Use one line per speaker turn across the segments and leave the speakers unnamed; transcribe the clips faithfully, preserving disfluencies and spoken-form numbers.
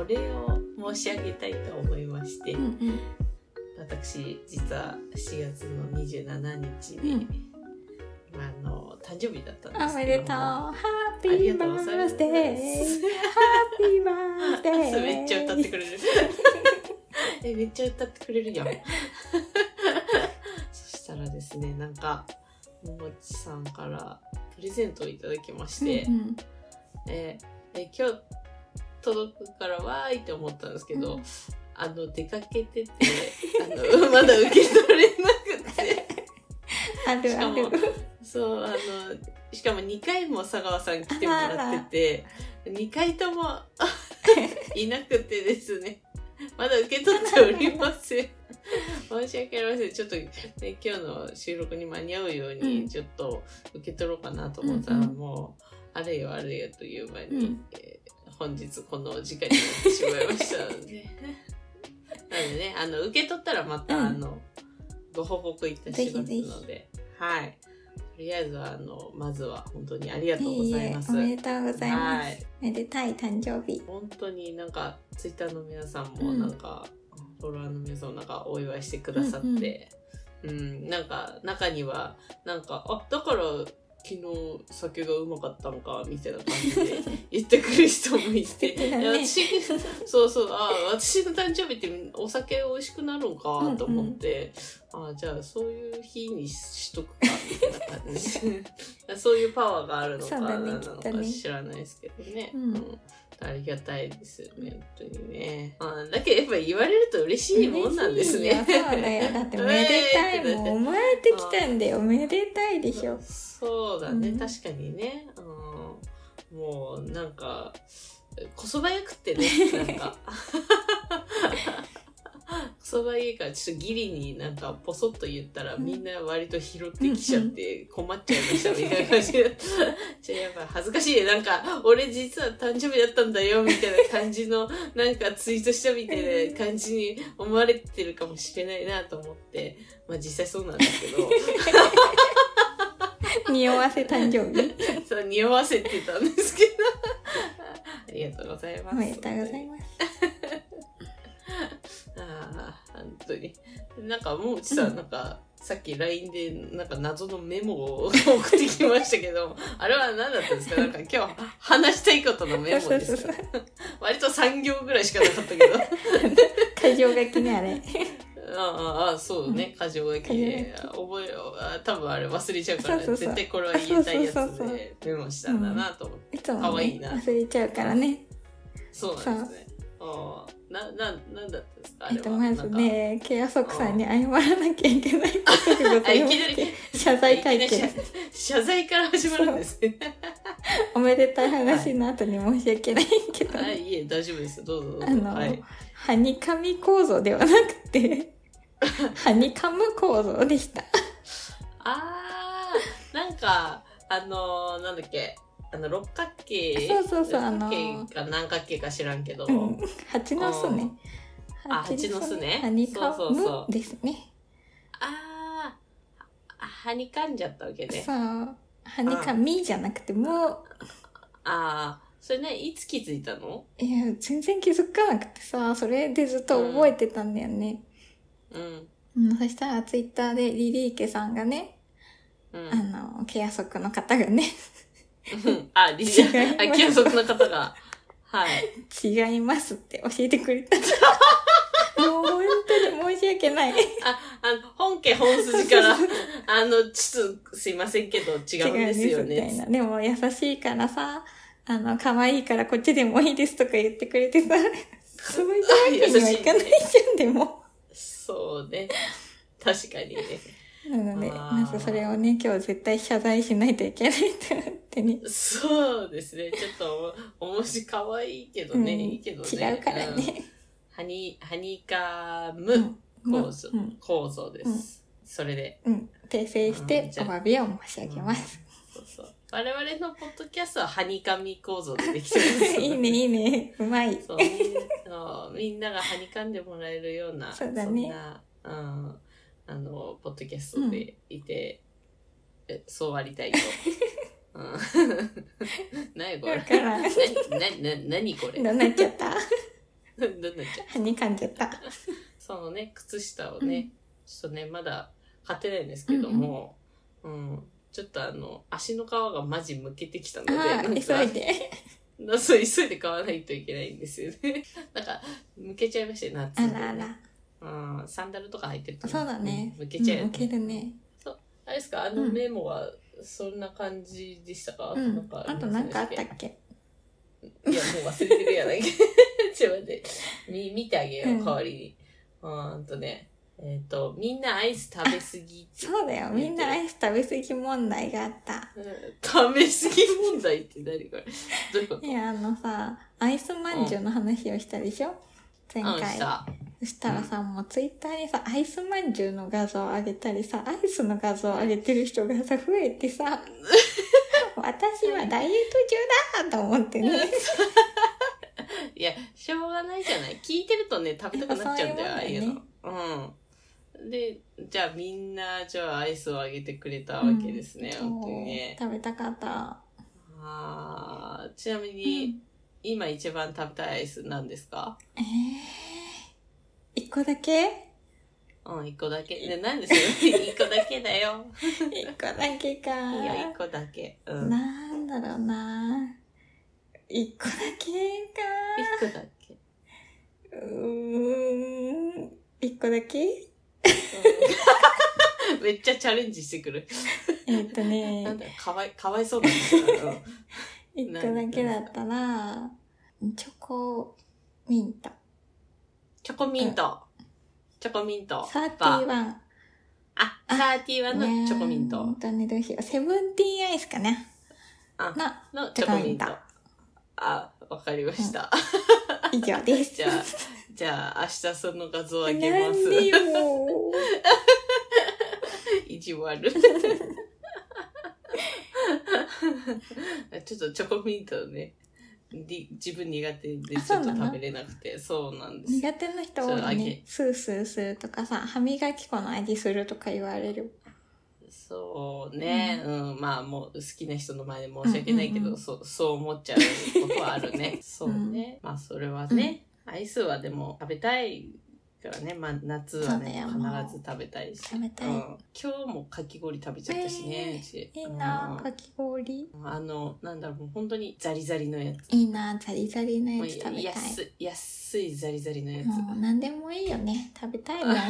お礼を申し上げたいと思いまして、
うんうん、
私実はしちがつのにじゅうしちにちに、うんあの誕生日だったんですけど、
おめでとう。ハッピーバースデー。ハッピーバースデー。
めっちゃ歌ってくれる。え、めっちゃ歌ってくれるやん。そしたらですね、なんかももちさんからプレゼントをいただきまして、うんうんえー、え今日届くからわーいって思ったんですけど、うん、あの出かけててあのまだ受け取れなくて。
あるある。
そうあのしかもにかいも佐川さん来てもらっててにかいともいなくてですねまだ受け取っておりません申し訳ありませんちょっと、ね、今日の収録に間に合うようにちょっと受け取ろうかなと思ったら、うん、もうあれよあれよという間に、うんえー、本日この時間になってしまいましたのでなのでねあの受け取ったらまた、うん、あのご報告いたしますのでぜひぜひはいとりあえずはあのまずは本当にありがとうございます。
いいえおめでとうございます。はい、めでたい誕生日。
本当になんかツイッターの皆さんもなんか、うん、フォロワーの皆さんもなんかお祝いしてくださって、うん、うんうん、なんか中にはなんかあだから昨日酒がうまかったのかみたいな感じで言ってくる人もいて、ね、私そうそうあ私の誕生日ってお酒美味しくなるのかと思って、うんうん、あじゃあそういう日にしとくかみたいな感じでそういうパワーがあるのか何なのか知らないですけどね、うんうん、ありがたいですよね本当にね、あだけどやっぱり言われると嬉しいもんなんですね。
そうだよだってめでたいもん生まれてきたんだよめでたいでしょ。
そうだね、うん、確かにね、うん、もうなんかこそばやくってねなんかこそばいいからちょっとギリになんかポソッと言ったら、うん、みんな割と拾ってきちゃって困っちゃいましたみたいな感じでじゃあやっぱ恥ずかしいなんか俺実は誕生日だったんだよみたいな感じのなんかツイートしたみたいな感じに思われてるかもしれないなと思ってまあ実際そうなんですけど
匂わせ誕生日
そう匂わせてたんですけどありがとうございます。
おめでとうございます
ああ本当になんかもううちさ、うん、なんかさっき ライン でなんか謎のメモを送ってきましたけどあれは何だったんですか。なんか今日話したいことのメモですか。割とさん行ぐらいしかなかったけど
箇条書きねあれ
ああそうね箇条書きで覚えよう多分あれ忘れちゃうからそうそうそう絶対これは言いたいやつでメモしたんだなと思って、うん、いつも、ね、かわいいな
忘れちゃうからね。
そうなんですね。あな、な、なんだったんですかあれは。
えっと、まずね、ケアソックさんに謝らなきゃいけないことがございまして謝罪会見
謝罪から始まるんですね
おめでたい話の後に申し訳ないけど、
はい、いえ大丈夫ですどうぞどうぞ。あ
の、
はい、
はにかみ構造ではなくてはにかむ構造でした
あーなんかあのー、なんだっけあの六角形
そうそうそうあの
六角形か何角形か知らんけど、うん、
蜂の巣ね
あ蜂の巣ね
はにかむですね。
ああはにかんじゃったわけね。
そうはにかみじゃなくてもう
ああそれねいつ気づいたの。
いや全然気づかなくてさそれでずっと覚えてたんだよね。うん、うん、そしたらツイッターでリリーケさんがね、うん、あのケアソックの方がね
あ、リジャー、あ、継続の方が、はい。
違いますって教えてくれた。もう本当に申し訳ない。
あ、あの、本家本筋から、あの、ちょっとすいませんけど違うんですよね。
違うんですみたいな。でも優しいからさ、あの、可愛いからこっちでもいいですとか言ってくれてさ、そういうわけにはいかないじゃん、でも。
そうね。確かにね。
なので、まずそれをね、今日絶対謝罪しないといけないと思ってね。
そうですね。ちょっと、おもし可愛いけどね、うん、いいけどね。
違うからね。うん、
ハニ、ハニカム構造、うん、構造です、うん。それで。
うん。訂正してお詫びを申し上げます。
うん、そうそう。我々のポッドキャストはハニカミ構造でできてます
いいね、いいね。うまい。
そう。そうみんながハニカんでもらえるような、
そうだね。
そんな、うんあのポッドキャストでいて、うん、えそうありたいと。うん、何これ？
だから
ななな何これ？
どうなっちゃった？
どんなっちゃった
歯に噛んじゃった。
そのね、靴下をね、うん、ちょっとね、まだ買ってないんですけども、うん、うん、ちょっとあの、足の皮がマジむけてきたので、
あ急いで。
そう、急いで買わないといけないんですよね。なんか、むけちゃいましたよ、夏で、ね。
あらあら。
うん、サンダルとか履いてると、
そうだね。
むけちゃうよね。
むけるね。
そう。あれですか、あのメモはそんな感じでしたか？
うん、なんかあとなんかあったっけ？
いや、もう忘れてるやないか。ちょっと待って。み、見てあげよう、うん、代わりに。うん、とね。えっ、ー、と、みんなアイス食べすぎ。
そうだよ。みんなアイス食べすぎ問題があった。
うん、食べすぎ問題って何これ？どういうこと？
いや、あのさ、アイスまんじゅうの話をしたでしょ、うん、前回。うん、した。そしたらさ、うん、もうツイッターにさ、アイスまんじゅうの画像を上げたりさ、アイスの画像を上げてる人がさ、増えてさ、私はダイエット中だと思ってね。
いや、しょうがないじゃない。聞いてるとね、食べたくなっちゃうんだよ、ああいうの。うん。で、じゃあみんな、じゃあアイスをあげてくれたわけですね、うん、本当にね。
食べたかった。
あちなみに、うん、今一番食べたいアイス何ですか？
えー、一個だけ？
うん、一個だけ。で、なんでそれ一個だけだよ。
一個だけか。
いや、一個だけ。うん。
なんだろうな。一個だけか。
一個だけ。
うーん。一個だけ、うん、
めっちゃチャレンジしてくる。
えっとね。
なんだかわい、かわいそうなんですよ。
一個だけだったら、チョコミント。
チョコミント。うん、チョコミント。
サーティワン。
あ、サーティワンのチョコミント。
本当にどうしよう。セブンティーンアイスかな。
あ、のチョコミント。あ、わかりました。
うん、以上です。
じゃあ、じゃあ、明日その画像あげます。
なんでよ
意地悪。ちょっとチョコミントね、自分苦手でちょっと食べれなくて、そうなんです。
苦手な人多いね。スースーするとかさ、歯磨き粉の味するとか言われる。
そうね、うん、うん、まあもう好きな人の前で申し訳ないけど、うんうんうん、そう、そう思っちゃうことはあるね。そうね。うん、まあそれはね、うん、アイスはでも食べたいからね、まあ夏はね、必ず食べたいし。
食べたい、うん。
今日もかき氷食べちゃったしね、うち。
いいな、うん、かき氷。
あの、なんだろう、もう本当にザリザリのやつ。
いいな、ザリザリのやつ食べたい。
安い、安いザリザリのやつ。
もう何でもいいよね。食べたいもん。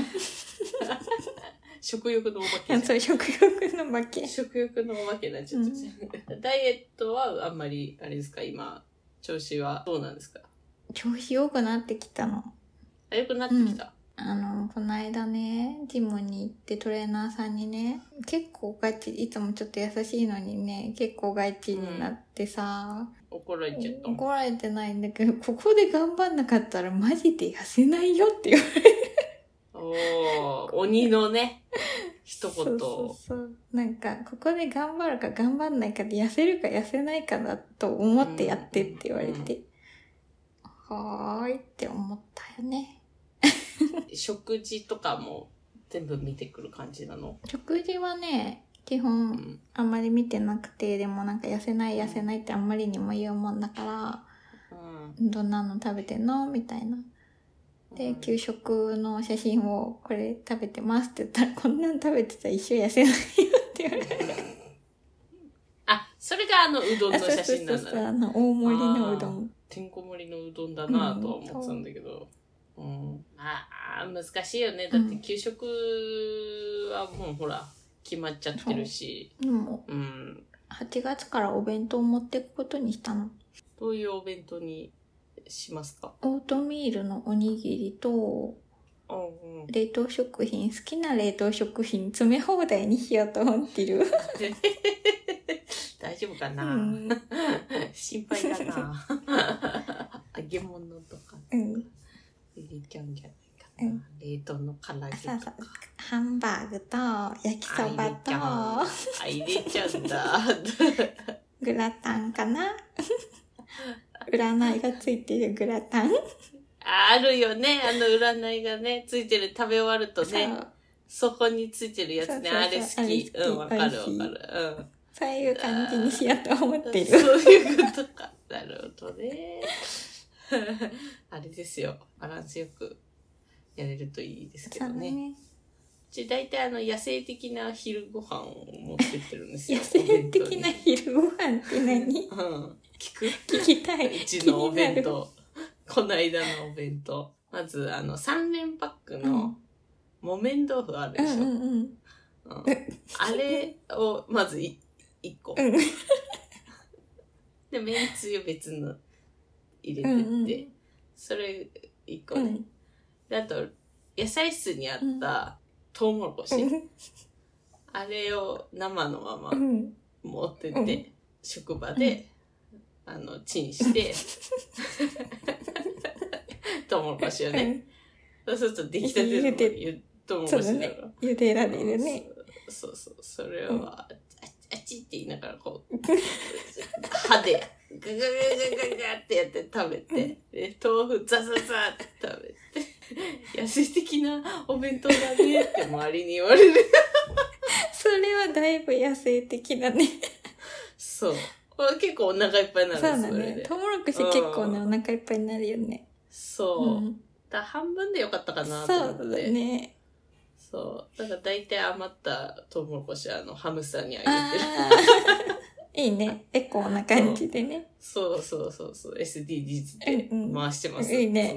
食欲のお化け。
そう、食欲のお化け。
食欲のお化けな、ちょっと、うん。ダイエットはあんまり、あれですか、今、調子はどうなんですか？
調子良くなってきたの。
あ、良くなってきた。
うん、あの、この間ね、ジムに行ってトレーナーさんにね、結構ガチ、いつもちょっと優しいのにね、結構ガチになってさ、
うん、怒られちゃった。
怒られてないんだけど、ここで頑張んなかったらマジで痩せないよって言われる。
おー、鬼のね、一言。そう
そうそう。なんか、ここで頑張るか頑張んないかで痩せるか痩せないかだと思ってやってって言われて、うんうん、はーいって思ったよね。
食事とかも全部見てくる感じなの？
食事はね、基本あんまり見てなくて、でもなんか痩せない痩せないってあんまりにも言うもんだから、うん、どんなの食べてんのみたいな。で、給食の写真をこれ食べてますって言ったら、こんなん食べてたら一生痩せないよって言われる。
あ、それがあのうどんの写真なんだね。そうそうそう、あ
の大盛りのうどん。
てんこ盛りのうどんだなとは思ってたんだけど。うんうん、ああ、難しいよね。だって給食はもうほら、決まっちゃってるし。
でも、うん、はちがつからお弁当を持っていくことにしたの。
どういうお弁当にしますか？
オートミールのおにぎりと、うんうん、冷凍食品、好きな冷凍食品詰め放題にしようと思ってる。
大丈夫かな、うん、心配だな。揚げ物とか入れちゃうんじゃないかな、うん、冷凍の唐揚げとか。そうそう、
ハンバーグと焼きそばと
あ、入れちゃうんだ。
グラタンかな。占いがついてるグラタン。
あるよね、あの占いがねついてる。食べ終わるとね、そこについてるやつね。そうそうそう、あれ好き。うん、わかるわかる。うん。
そういう感じにしようと思ってる。
そういうことか。なるほどね。 あれですよ。バランスよくやれるといいですけどね。
そうだね。
うち大体あの野生的な昼ご飯を持ってってるんですよ。
野生的な昼ご飯って何？
うん。聞く？
聞きたい。
うちのお弁当。この間のお弁当。まずあのさん連パックの木綿豆腐あるでしょ。
うんうんうん。
うん、あれをまずいいっこ。
うん、
で、めんつゆ別の入れてって、うんうん、それいっこね、うん。で、あと、野菜室にあったトウモロコシ。うん、あれを生のまま持ってって、うん、職場で、うん、あの、チンして、トウモロコシをね、うん、そうすると出来たてのトウモロコシだから。
茹でられるね。
そうそう、それを、うん、あ, あっちって言いながらこう、歯でガガガガガガってやって食べて、で豆腐ザザザって食べて、野生的なお弁当だねって周りに言われる。
それはだいぶ野生的だね。
そう。結構お腹いっぱいになるんです。
そうだね。トウモロコシ結構ね、お腹いっぱいになるよね。
そう。うん、だ半分でよかったかなと思って。
そうだね。
そう。だから大体余ったトウモロコシはあのハムスターにあげてる。
いいね。エコーな感じでね。
そうそうそうそう。エスディージーズ で回してます。
うんうん、いいね。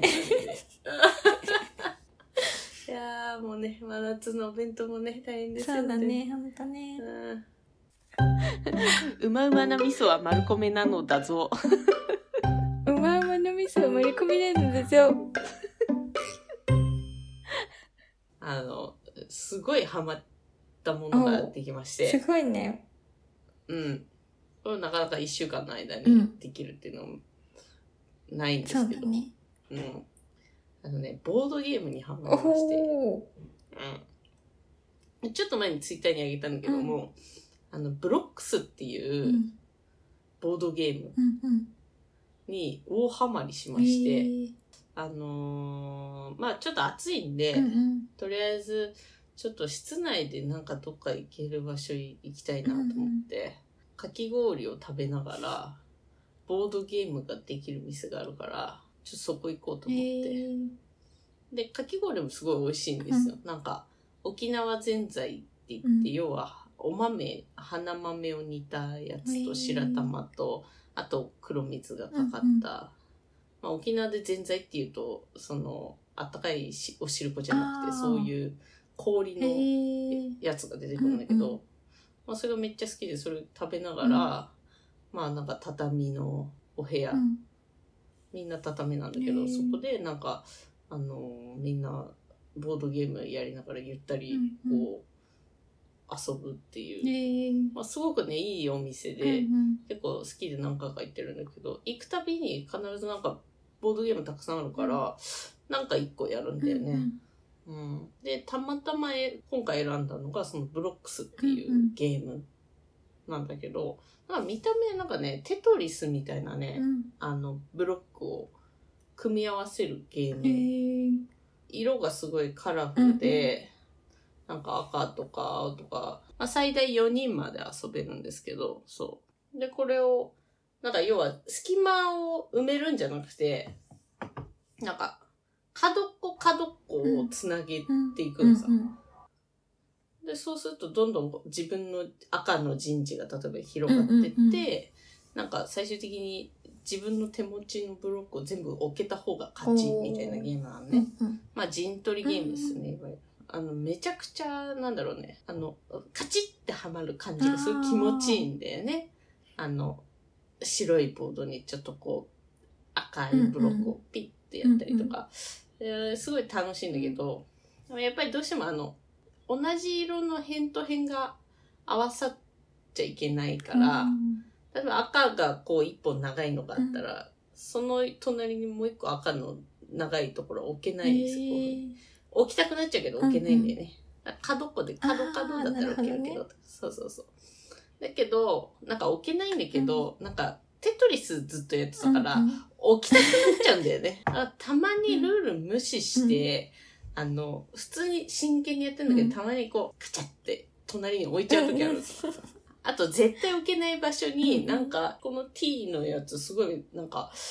いやーもうね、真夏のお弁当もね、大変ですよね。
そうだね、ほんとね。
うまうまな味噌は丸米なのだぞ。
うまうまな味噌は丸米なのだぞ。
あの、すごいハマったものができまして。
すごいね。
うん。これなかなか一週間の間にできるっていうのもないんですけど。
そうだね。
うん。あのね、ボードゲームにハマりまして。うん。ちょっと前にツイッターにあげたんだけども、うん、あの、ブロックスっていうボードゲームに大ハマりしまして、うんうん、あのー、まあちょっと暑いんで、うんうん、とりあえずちょっと室内でなんかどっか行ける場所行きたいなと思って、うんうん、かき氷を食べながらボードゲームができる店があるからちょっとそこ行こうと思って、でかき氷もすごい美味しいんですよ、うん、なんか沖縄ぜんざいって言って、うん、要はお豆花豆を煮たやつと白玉とあと黒蜜がかかった、うんうん、まあ、沖縄でぜんざいっていうとそのあったかいしお汁粉じゃなくてそういう氷のやつが出てくるんだけど、うんうん、まあ、それがめっちゃ好きでそれ食べながら、うん、まあなんか畳のお部屋、うん、みんな畳なんだけどそこでなんかあのみんなボードゲームやりながらゆったりこう遊ぶっていう、まあ、すごくねいいお店で、うんうん、結構好きで何回か行ってるんだけど行くたびに必ずなんかボードゲームたくさんあるから、うん、なんか一個やるんだよね、うんうんうん、でたまたま今回選んだのがそのブロックスっていうゲームなんだけど、なんか見た目なんかねテトリスみたいなね、うん、あのブロックを組み合わせるゲーム、色がすごいカラフルで、うん、なんか赤とか青とか、まあ、最大よにんまで遊べるんですけど、そうでこれをなんか要は隙間を埋めるんじゃなくてなんか角っこ角っこをつなげていくのさ、うんうんうんうん、でそうするとどんどん自分の赤の陣地が例えば広がってって、うんうんうん、なんか最終的に自分の手持ちのブロックを全部置けた方が勝ちみたいなゲームなのね、うんうん、まあ陣取りゲームですよね、いわゆるあのめちゃくちゃなんだろうね、あのカチッてはまる感じがすごい気持ちいいんだよね。あの白いボードにちょっとこう赤いブロックをピッてやったりとか、うんうん、すごい楽しいんだけど、やっぱりどうしてもあの同じ色の辺と辺が合わさっちゃいけないから、うん、例えば赤がこう一本長いのがあったら、うん、その隣にもう一個赤の長いところは置けないんですよ、えー、置きたくなっちゃうけど置けないんだよね、うんうん、角っこで角角だったら置けるけど、ね、そうそうそうだけどなんか置けないんだけど、うん、なんかテトリスずっとやってたから、うんうん、置きたくなっちゃうんだよねたまにルール無視して、うん、あの普通に真剣にやってるんだけど、うん、たまにこうカチャって隣に置いちゃう時あるんですよ、うん、あと絶対置けない場所になんかこの T のやつすごいなんか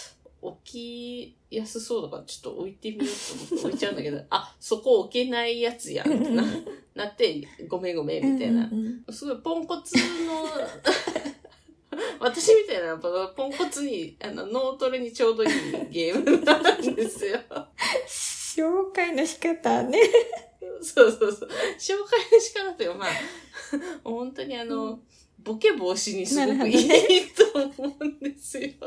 置きやすそうだからちょっと置いてみようと思って置いちゃうんだけど、あ、そこ置けないやつやんってな、なって、ごめんごめんみたいな。
うんうん、
すごいポンコツの、私みたいなポンコツに、あの、脳トレにちょうどいいゲームなんですよ。
紹介の仕方ね。
そうそうそう。紹介の仕方ってまあ、本当にあの、うん、ボケ防止にすごくいい、ね、と思うんですよ。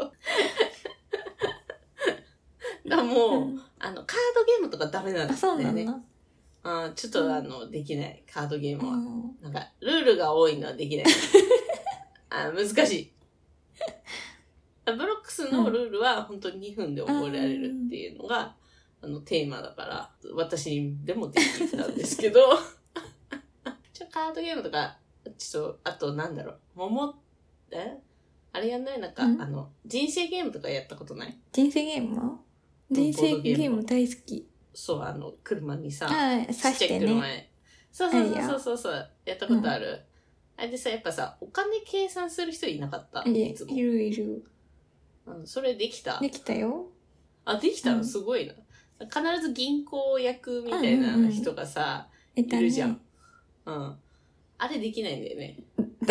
だからもう、うん、あの、カードゲームとかダメなんですよね。
そうなんだ。
あ、ちょっとあの、できない。カードゲームは。うん、なんか、ルールが多いのはできない。あ、難しい。ブロックスのルールは本当ににふんで覚えられるっていうのが、うん、あのテーマだから、私でもできたんですけど、ちょカードゲームとか、ちょっと、あとなんだろう、桃、えあれやんないなんか、うん、あの、人生ゲームとかやったことない？
人生ゲーム人生ゲーム大好き。
そう、あの、車にさ、
刺してね。
車へ。そうそうそうそうそう、やったことある、うん、あれでさ、やっぱさ、お金計算する人いなかった？
いつも。いるいる。
うん、それできた？
できたよ。
あ、できたの、うん、すごいな。必ず銀行役みたいな人がさ、うんうんうん、いるじゃん。うん。あれできないんだよね。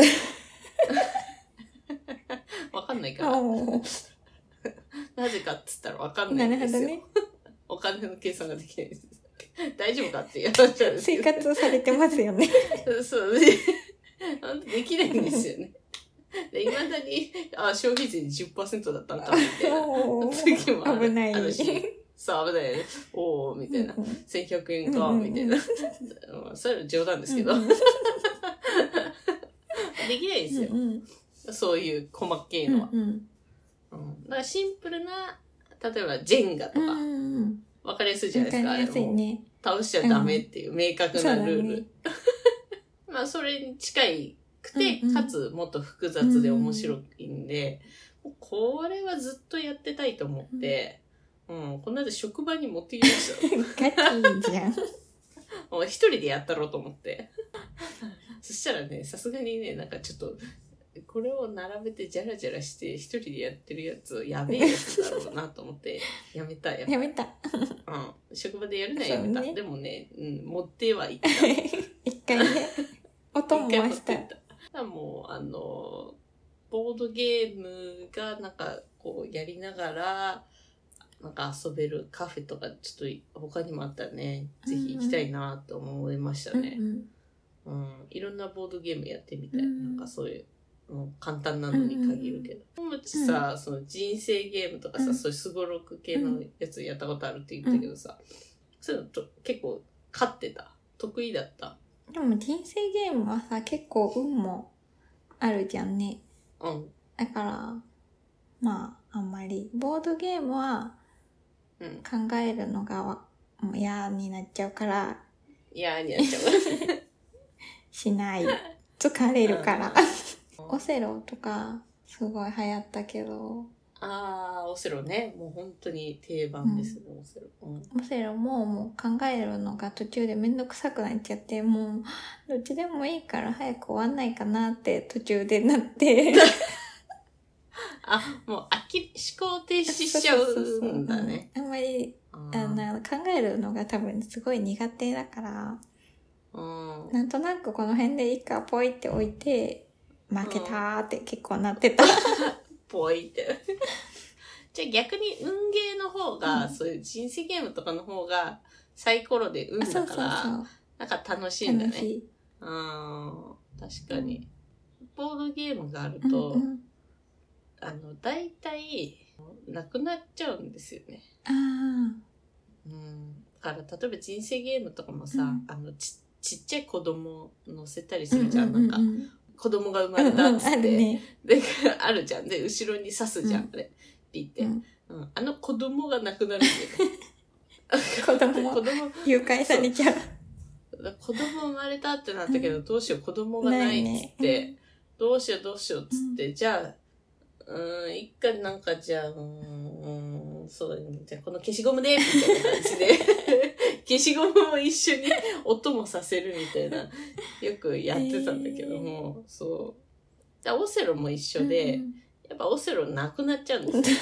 わかんないから。なぜかっつったらわかんないんですよ。なるほどね。お金の計算ができないです。大丈夫かっていう話なんですけど。
生活されてますよね。
そうね。できないんですよね。で、未だに、あ、消費税 じゅっパーセント だったんだ、みたいな。次もある。
危ない。
そう、危ないよね。おー、みたいな。せんひゃくえんか、みたいな。それは冗談ですけど。できないんですよ。うんうん、そういう細けいのは、うんうんうん。だからシンプルな、例えばジェンガとか、わ、うんうん、かりやすいじゃないですか。
わかりやすいね。
倒しちゃダメっていう明確なルール。うんね、まあ、それに近いくて、うんうん、かつもっと複雑で面白いんで、うんうん、これはずっとやってたいと思って、うん、この間職場に持ってきました。
ガチじゃん。
もう一人でやったろうと思って。そしたらね、さすがにね、なんかちょっと、これを並べてジャラジャラして一人でやってるやつやべえやつだろうなと思ってやめたよ。
やめた。
うん。職場でやるのはやめた。ね、でもね、うん、持ってはいった。
一回ね、音もました。
た。もう、あの、ボードゲームがなんかこうやりながら、なんか遊べるカフェとかちょっと他にもあったらね、ぜひ行きたいなと思いましたね。うん、うんうん、いろんなボードゲームやってみたい。うん、なんかそういう。もう簡単なのに限るけど。ともちさ、うん、その人生ゲームとかさ、うん、そういうスゴロク系のやつやったことあるって言ったけどさ、うん、そういうのと結構勝ってた？得意だった？
でも人生ゲームはさ、結構運もあるじゃんね。
うん。
だから、まあ、あんまり。ボードゲームは考えるのがわもう嫌になっちゃうから。
嫌になっちゃう。
しない。疲れるから。オセロとかすごい流行ったけど。
ああ、オセロね。もう本当に定番ですね、うん、オセロ。うん、
オセロももう考えるのが途中でめんどくさくなっちゃって、もうどっちでもいいから早く終わんないかなって途中でなって。
あ、もう飽き、思考停止しちゃうんだね。
あんまりあの考えるのが多分すごい苦手だから、うん、なんとなくこの辺でいいかポイって置いて、負けたーって結構なってた。
ぽいって。じゃあ逆に運ゲーの方が、うん、そういう人生ゲームとかの方がサイコロで運だから、そうそうそう、なんか楽しいんだね。楽しい。うん、確かに。ボードゲームがあると、うんうん、あの、大体、なくなっちゃうんですよね。
ああ。
うん。だから、例えば人生ゲームとかもさ、うん、あのち、ちっちゃい子供乗せたりするじゃん、うんうんうんうん、なんか。子供が生まれたっつって、うんうん、あるね、であるじゃん。で後ろに刺すじゃん、うん、あれピッて、うんうん、あの子供が亡くなるんだよ。
子供子供誘拐されちゃう。
子供生まれたってなったけど、うん、どうしよう子供がないっつって、ね、どうしようどうしようっつって、うん、じゃあうん一回なんかじゃあうんそうだね、じゃあこの消しゴムでみたいな感じで消しゴムを一緒に音もさせるみたいなよくやってたんだけども、えー、そうオセロも一緒で、うん、やっぱオセロなくなっちゃうんですよ。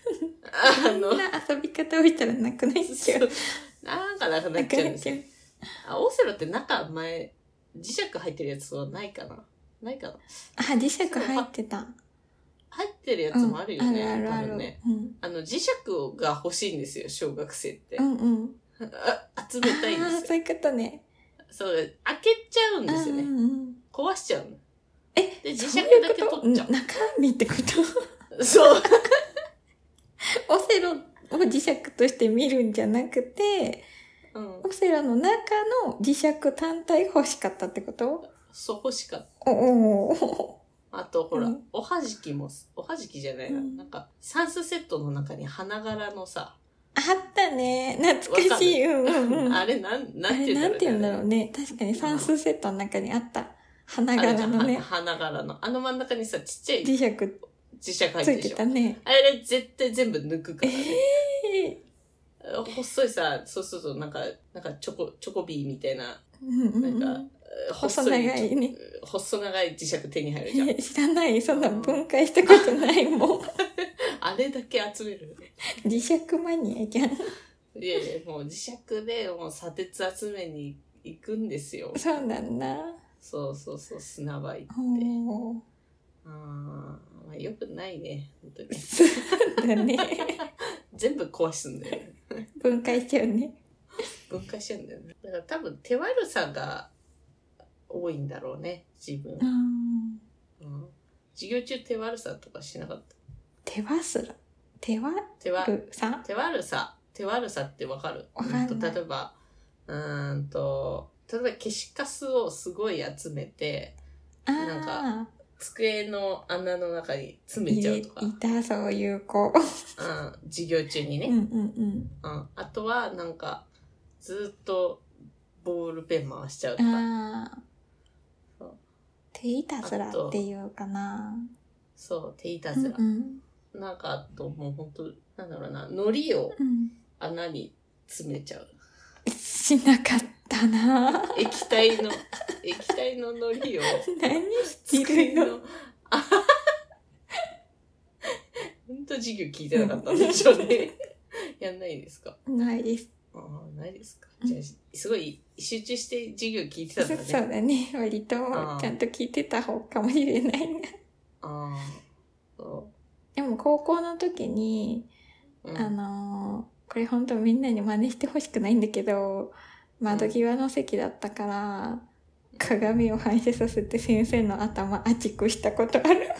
あの、
そんな遊び方をしたらなくなっちゃう。
なんかなくなっちゃうんですよ。あ、オセロって中前、磁石入ってるやつはないかなないかな
あ、磁石入ってた。
入ってるやつもあるよね。
うん、あるあるある。
多分ね。
うん、
あの、磁石が欲しいんですよ、小学生って。
うんうん。
あ、集めたいんですよ。
ああ、そういうことね。
そう、開けちゃうんですよね。
うんうん、
壊しちゃうの。
え、
で、磁石だけ取っちゃう。
うう中身ってこと
そう。
オセロを磁石として見るんじゃなくて、うん、オセロの中の磁石単体欲しかったってこと？
そう、欲しかった。
おお。
あと、ほら、うん、おはじきも、おはじきじゃないな。うん、なんか、算数セットの中に花柄のさ。
あったね。懐かしい。うんうんうん。
あれ、なん、なんて言うんだろうね。
なんて言うんだろうね。確かに算数セットの中にあった。花柄のね。
花柄の。あの真ん中にさ、ちっちゃい。
磁石。
磁石入ってるでしょ。
ついてたね。
あれ、絶対全部抜くからね。
え
ー、細いさ、そうするとなんか、なんかチョコ、チョコビーみたいな。
うんうんうん、
なんか、
細長いね。
細長い磁石手に入るじゃん。
えー、知らない。そんな分解したことないもん。
あれだけ集める。
磁石マニアじゃん。
いやいや、もう磁石でもう砂鉄集めに行くんですよ。
そうなんだ。
そうそうそう、砂場行って。あまあ、よくないね、本当に。
そうだね。
全部壊すんだよね。
分解しちゃうね。
分解しちゃうんだよね。だから多分手悪さが多いんだろうね、自分。うんうん、授業中手悪さとかしなかった。
手わすら手わ
手わ
るさ
手悪さ手悪さってわかる？
わかんない。
例えば、うーんと、例えば消しカスをすごい集めて、なんか、机の穴の中に詰めちゃうとか。
いた、そういう子。
うん、授業中にね。
うんうんうん。
うん。あとは、なんか、ずっとボールペン回しちゃうとか。あ
そう手いたずらっていうかな。
そう、手いたずら。うんうん、なんか、あと、もう本当なんだろうな、海苔を穴に詰めちゃう。
うん、しなかったな。
液体の、液体の海苔を。
何してるの？
あ本当授業聞いてなかったんでしょうね。やんないですか？
ないです。
ああ、ないですか。じゃあ、すごい集中して授業聞いてたんだね。
そうだね。割とちゃんと聞いてた方かもしれないな。
ああ、そう。
でも高校の時に、うん、あのー、これ本当みんなに真似してほしくないんだけど、窓際の席だったから、うん、鏡を反射させて先生の頭熱くしたことある。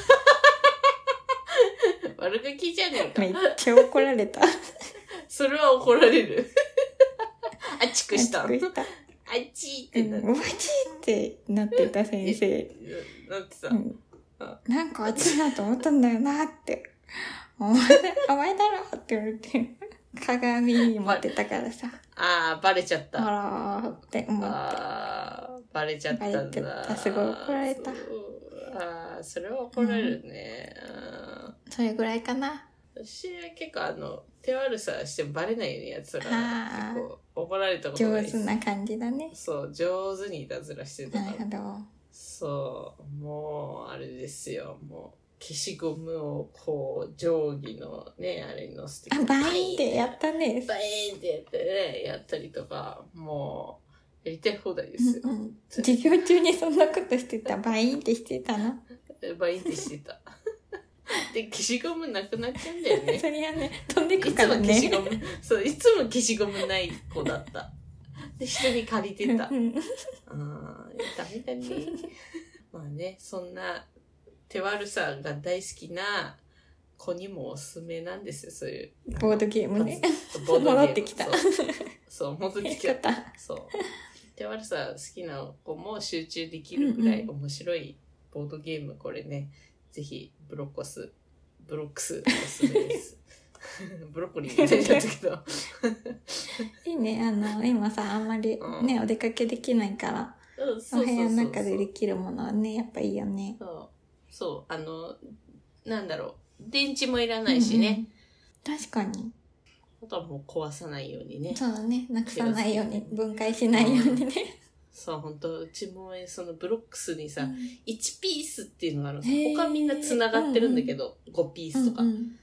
悪ガキじゃねえか。
めっちゃ怒られた。
それは怒られる。熱くした。
熱くした。
あっちってなって。
うん、おばちってなってた先生。
なってた。
うんなんか熱いなと思ったんだよなって。お前だ、お前だろって言われて。鏡持ってたからさ。
ああ、バレちゃった。
あらーって思って。
ああ、バレちゃったんだ。バレちゃった。
すごい怒られた。
ああ、それは怒られるね、
うん。それぐらいかな。
私は結構あの、手悪さしてもバレないようにやつら結構怒られたことないです。
上手な感じだね。
そう、上手にいたずらしてたから。
なるほど。
そう、もう、あれですよ、もう、消しゴムをこう、定規のね、あれに乗せて。
あ、バインってやったね。
バインってやってね、やったりとか、もう、やりたい放題ですよ。
うんうん、授業中にそんなことしてた。バインってしてたの？
バインってしてた。で、消しゴムなくなっちゃうんだよね。
そりゃね、飛んでくからね。
いつも消しゴム、そう、いつも消しゴムない子だった。で、人に借りてた。うん、ダメだね。まあね、そんな手悪さが大好きな子にもおすすめなんですよ、そういう。
ボードゲームね。
ボードゲーム
戻ってきた。
そう、そう、戻ってきた。
た
そう。手悪さ好きな子も集中できるぐらい面白いボードゲーム、これね、ぜひブロッコス、ブロックスおすすめです。ブロッコリーみたいになったけど。
いいね、あの、今さ、あんまりね、うん、お出かけできないから、うん、そうそうそうそうお部屋の中でできるものはね、やっぱいいよね。
そう。そう、あの、なんだろう、電池もいらないしね。
うんうん、確かに。
あとはもう壊さないようにね。
そうだね、なくさないように、分解しないようにね。
そう、本当うちもそのブロックスにさ、うん、いちピースっていうのがあるのさ。他みんな繋がってるんだけど、うんうん、ごピースとか。うんうん、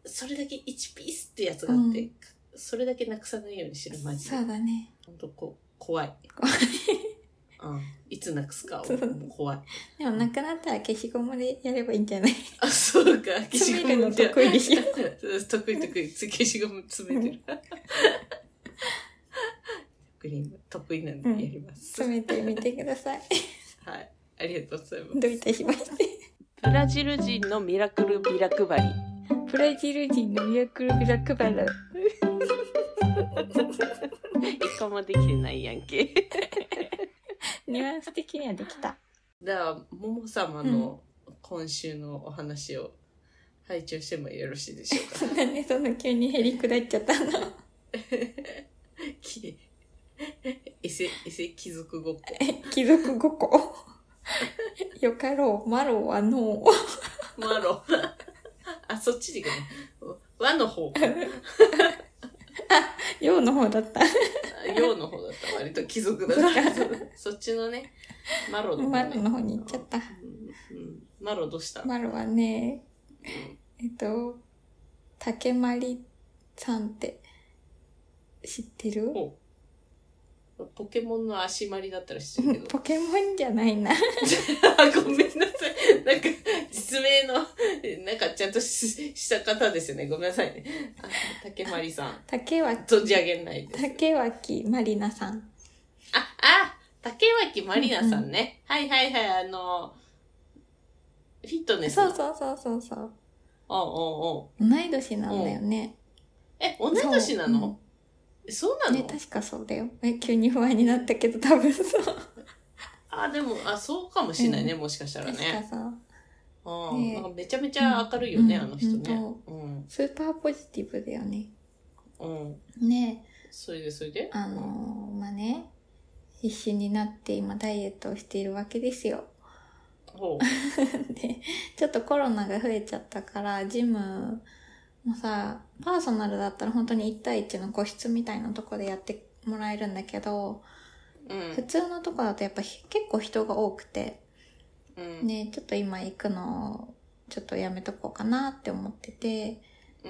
それだけいちピースってやつがあって、うん、それだけなくさないようにしてる、マジで。
そうだね。
ほんとこ怖い。
怖い。
うん、いつなくすか怖い。
でもなくなったら消しゴムでやればいいんじゃない？
あ、そうか。消しゴム
の得意でしょ。
得意得意。消しゴム詰めてる。得意なんでやります。
詰めてみてください。
はい。ありがとうございます。
どういたしまして。
ブラジル人のミラクルビラ配り。
ブラジル人のミラクルビラ配り。
一個もできてないやんけ。
ニュアンス的にはできた。
では、もも様の今週のお話を拝聴してもよろしいでしょうか。
なんでそんな急にへりくだっちゃったの？
きエセ、エセ貴族ごっこ。
貴族ごっこ。よかろう、マロはノ
ー。マロ。あ、そっちでいくね。和の方。
あ、洋の方だった。
洋の方だった。割と貴族だった。そっちのね、マロの方、ね。
マロの方に行っちゃった。うん
うん、マロどうした？
マロはね、えっと、竹まりさんって知ってる？
ポケモンの足まりだったら知ってるけど。
ポケモンじゃないな。
ごめんなさい。なんか、実名の、なんかちゃんと し, した方ですよね。ごめんなさいね。あ、竹まりさん。
竹脇。
存じ上げないです。
竹脇まりなさん。
あ、あ、竹脇まりなさんね。うんうん、はいはいはい、あの、フィットネス。
そうそうそうそうそう。
おうお
うおう。同い年なんだよね。
え、同い年なの？そうなの？
ね、確かそうだよ。え、急に不安になったけど、多分そう。
あ、でも、あ、そうかもしれないね、うん、もしかしたらね。
確かさ。
あ、ね、なんかめちゃめちゃ明るいよね、うん、あの人ね、
うん。スーパーポジティブだよね。
うん。
ね。
それで、それで
あのー、まあね、必死になって今ダイエットをしているわけですよ。
ほう。
で、ちょっとコロナが増えちゃったから、ジム、もうさ、パーソナルだったら本当にいち対いちの個室みたいなとこでやってもらえるんだけど、うん、普通のとこだとやっぱ結構人が多くて、うん、ね、ちょっと今行くのちょっとやめとこうかなって思ってて、うんうん、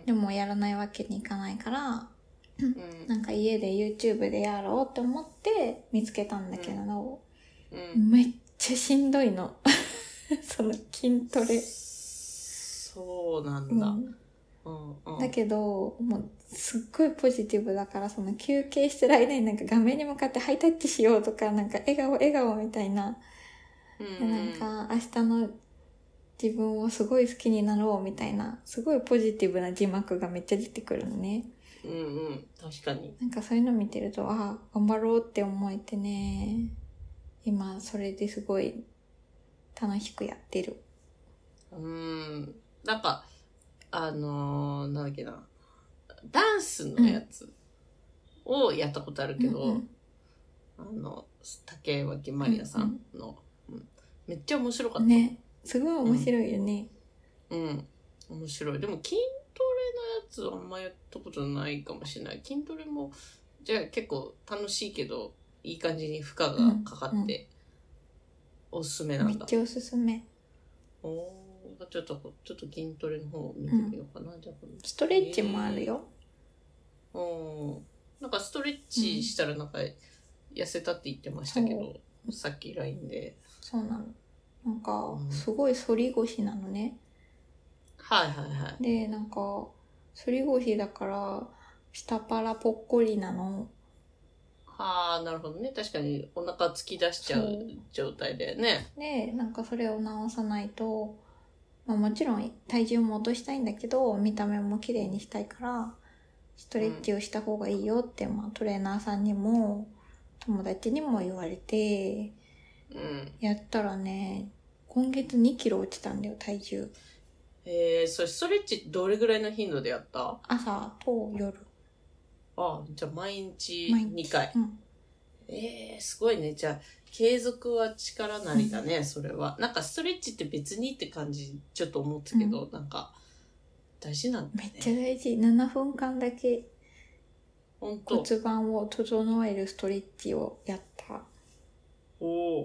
でもやらないわけにいかないから、うん、なんか家で YouTube でやろうって思って見つけたんだけど、うんうん、めっちゃしんどいの。その筋トレ。
そうなんだ。うんうんうん、
だけど、もうすっごいポジティブだから、その休憩してる間になんか画面に向かってハイタッチしようとか、なんか笑顔笑顔みたいな。うん、でなんか明日の自分をすごい好きになろうみたいな、すごいポジティブな字幕がめっちゃ出てくるのね。
うんうん、確かに。
なんかそういうの見てると、ああ、頑張ろうって思えてね、今それですごい楽しくやってる。
うーん、なんか、あのー、なんだっけな、ダンスのやつをやったことあるけど、うんうん、あの、竹脇まりなさんの、うんうん、めっちゃ面白かった。
ね、すごい面白いよね。
うん、うん、面白い。でも筋トレのやつあんまやったことないかもしれない。筋トレも、じゃあ結構楽しいけど、いい感じに負荷がかかって、うんうん、おすすめなんだ。
めっちゃおすすめ。
おー。ちょっと、ちょっと筋トレの方を見てみようかな。うん、じゃあ
ストレッチもあるよ。
えー、うん。なんかストレッチしたらなんか痩せたって言ってましたけど、うん、さっき ライン で。
そうなの。なんか、すごい反り腰なのね。
うん、はいはいはい。
で、なんか、反り腰だから、下腹ぽっこりなの。
はあ、なるほどね。確かにお腹突き出しちゃう状態だよね。
で、なんかそれを直さないと、まあ、もちろん体重も落としたいんだけど、見た目も綺麗にしたいから、ストレッチをした方がいいよって、うん、まあトレーナーさんにも、友達にも言われて、うん、やったらね、今月にキロ落ちたんだよ、体重。
えー、それストレッチどれぐらいの頻度でやった？
朝と夜。
ああ、じゃあ毎日にかい。うん、えー、すごいね。じゃあ、継続は力なりだね、うん、それは。なんかストレッチって別にって感じ、ちょっと思ったけど、うん、なんか、大事なんだね。
めっちゃ大事。ななふんかんだけ、
本当
骨盤を整えるストレッチをやった。
おー。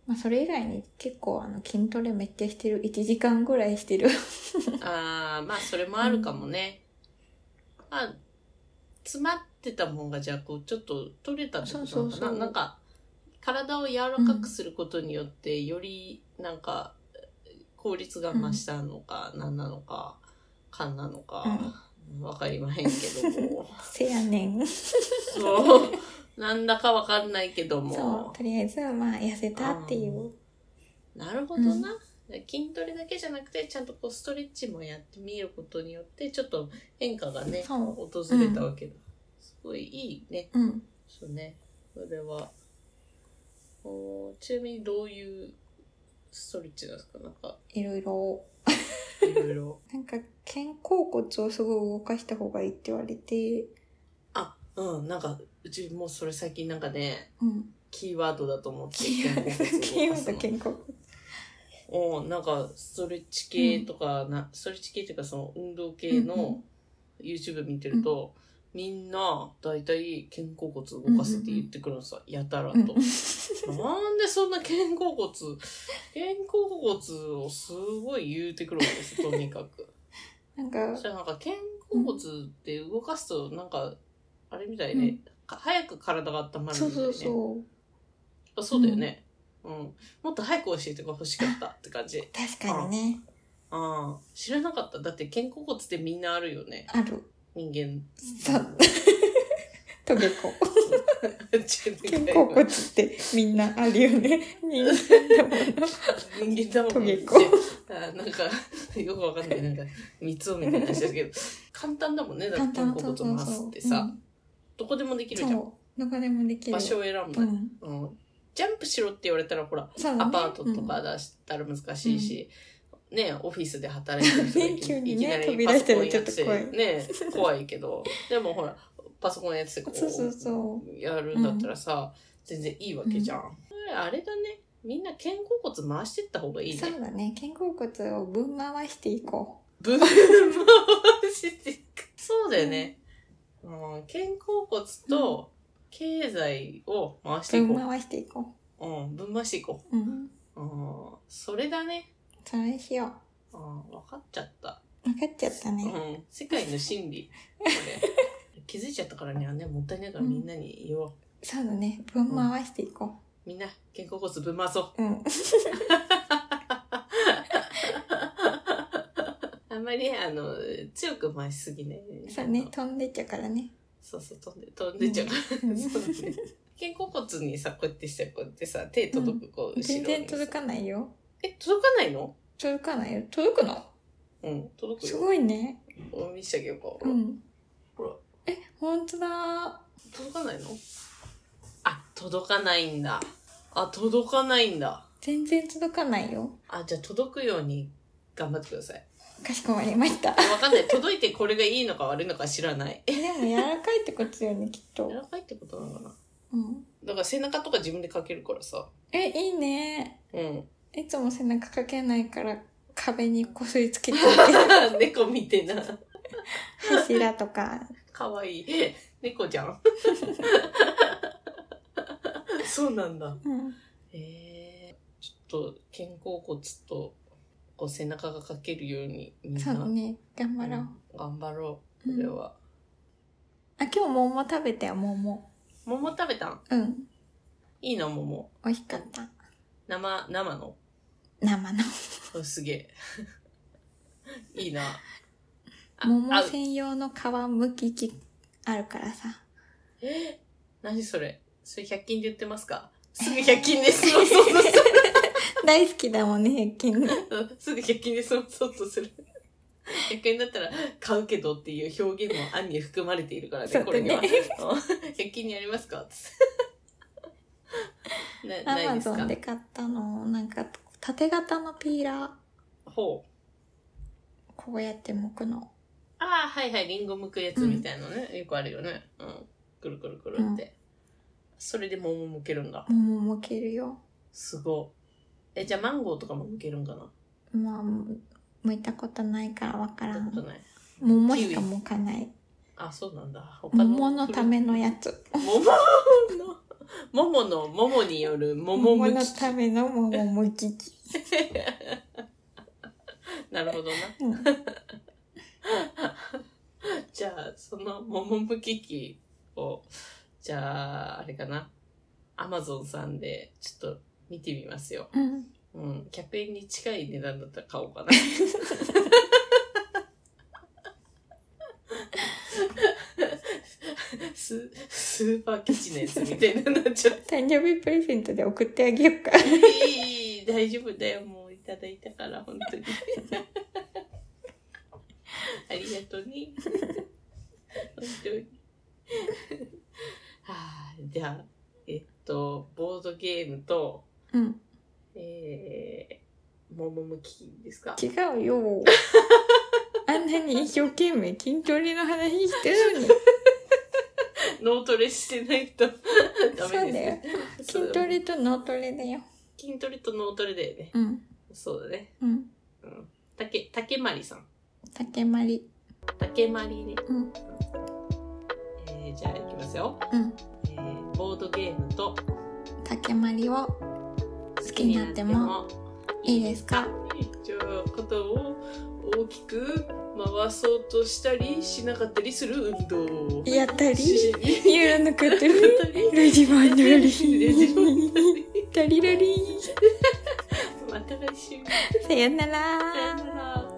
まあそれ以外に結構あの筋トレめっちゃしてる。いちじかんぐらいしてる。
ああ、まあそれもあるかもね。うん、まあ、詰まってたもんがじゃあこうちょっと取れたってことなのかな。そうそうそう、なんか体を柔らかくすることによって、うん、よりなんか効率が増したのか、うん、何なのか、勘なのか、うん、わかりまへんけども。
せやねん。
そう。なんだかわかんないけども。
そう、とりあえずまあ痩せたっていう。
なるほどな、うん。筋トレだけじゃなくてちゃんとこうストレッチもやってみることによってちょっと変化がね訪れたわけだ、うん、すごいいいね、
うん、
そうね。それはおちなみにどういうストレッチなんですか？なんか
いろいろ
いろいろ
なんか肩甲骨をすごい動かした方がいいって言われて、
あ、うん、なんかうちもそれ最近なんかね、
うん、
キーワードだと思って
キーワード肩甲骨
おなんかストレッチ系とか、うん、なストレッチ系っていうかその運動系の YouTube 見てると、うん、みんなだいたい肩甲骨動かすって言ってくるのさ、うん、やたらと、うん、なんでそんな肩甲骨肩甲骨をすごい言うてくるわけですとにかく
なんか
そしたらなんか肩甲骨って動かすとなんかあれみたいね、うん、早く体が温まるみたいね。そうそうそう。あ、そうだよね。うん。うん、もっと早く教えてほしかったって感じ。
確かにね。
ああ、知らなかった。だって肩甲骨ってみんなあるよね。
ある。
人間。
そう。トゲコ。肩甲骨ってみんなあるよね。人間だもん。
人間だもん。
トゲコ。
あ、なんか、よくわかんない。なんか、三つをみたいな話だけど、簡単だもんね。だって肩甲骨回すってさ。どこでもできるじゃん。
どこでもできる。
場所を選ぶ、うんうん。ジャンプしろって言われたらほら、ね、アパートとか出したら難しいし、うん、ね、オフィスで働いてる人がいき,、ね、いきなりパソコンやってね、怖いけど、でもほら、パソコンやってこう、そうそうそうやるんだったらさ、うん、全然いいわけじゃん。うん、あれだね。みんな肩甲骨回していった方がいいね。
そうだね。肩甲骨をぶん回していこ
う。ぶん回していく。そうだよね。うん、肩甲骨と経済を回していこう。
ぶん回していこ
う。うん、ぶん回していこ
う。うん。
うん、それだね。
それしよ
う。うん、分かっちゃった。
分かっちゃったね。
うん、世界の真理。これ気づいちゃったからね、ね、もったいないからみんなに言おう。うん、
そうだね。ぶん回していこう。うん、
みんな、肩甲骨ぶん回そう。
うん。
あんまり、あの、強く回しすぎない、ね。
そうね、飛んでっちゃうからね。
そうそう、飛んで、飛んでっちゃうから。うん、そうね。肩甲骨にさ、こうやってして、こうやってさ、手届く、こう、後ろに。
全然届かないよ。
え、届かないの？
届かないよ。届くの？
うん、届くよ。
すごいね。
見せてあげようか。ほ
ら。うん。
ほら。
え、ほんとだ。
届かないの？あ、届かないんだ。あ、届かないんだ。
全然届かないよ。
あ、じゃあ届くように頑張ってください。
かしこまりました。
わかんない。届いてこれがいいのか悪いのか知らない。
え、でも柔らかいってことよね、きっと。
柔らかいってことなのかな。
うん。
だから背中とか自分でかけるからさ。
え、いいね。
うん。
いつも背中かけないから壁にこすりつけて
る。猫みてな。
柱とか。
かわいい。猫じゃん。そうなんだ。
うん。
えー、ちょっと肩甲骨とこう背中がかけるようにみんな。
そうね。頑張ろう。
うん、頑張ろう。これは。
うん、あ、今日桃食べたよ、桃。
桃食べたん？
うん。
いいの桃。
美味しかった。
生、生の？
生の。
すげえ。いいな。
桃専用の皮むき器あるからさ。
えー、何それ？それひゃく均で売ってますか？すぐひゃく均で済まそうとする。
大好きだもんね、ひゃく均ね。
すぐひゃく均で済まそうとする。ひゃくえんだったら買うけどっていう表現も案に含まれているからね、これには。ひゃく均にありますか？
アマゾンで買ったの、なんか縦型のピーラー。
ほう。
こうやって剥くの。
ああ、はいはい、リンゴ剥くやつみたいなね、うん、よくあるよね。うん。くるくるくるって。うん、それで桃剥けるんだ。
桃剥けるよ。
すごい。え、じゃあマンゴーとかも剥けるんかな？
まあ、剥いたことないからわからん。
剥いたことない。
桃しか剥かない。
あ、そうなんだ。
他の桃のためのやつ。
桃のもものももによるももむき。
もものためのももむき器。
なるほどな。うん、じゃあ、そのももむき器を、じゃあ、あれかな。アマゾンさんでちょっと見てみますよ。
うん。
うん。ひゃくえんに近い値段だったら買おうかな。ス, スーパーケチなやつみたいになっちゃった。
誕生日プレゼントで送ってあげようか。
いい、大丈夫だよ。もういただいたから、本当に。ありがとうね。本当に。はあ、じゃあ、えっと、ボードゲームと、
うん。
えー、ももむきですか？
違うよ。あんなに一生懸命筋トレの話してるのに。
脳トレしてないとダメです。
そうだよ。筋トレと脳トレだよ。
筋トレと脳トレだよね。
うん。
そうだね。
うん。
うん。たけ、たけまりさん。
たけまり。
たけまりね。
うん。
えー、じゃあいきますよ。
うん。
えー、ボードゲームと
たけまりを好きになってもいいですか？
じゃあ肩を大きく回そうとしたりしなかったりする運動。
やったりやらなかったりラジバンダリラジバンダリラリ
また来週。
さよなら。
さよなら。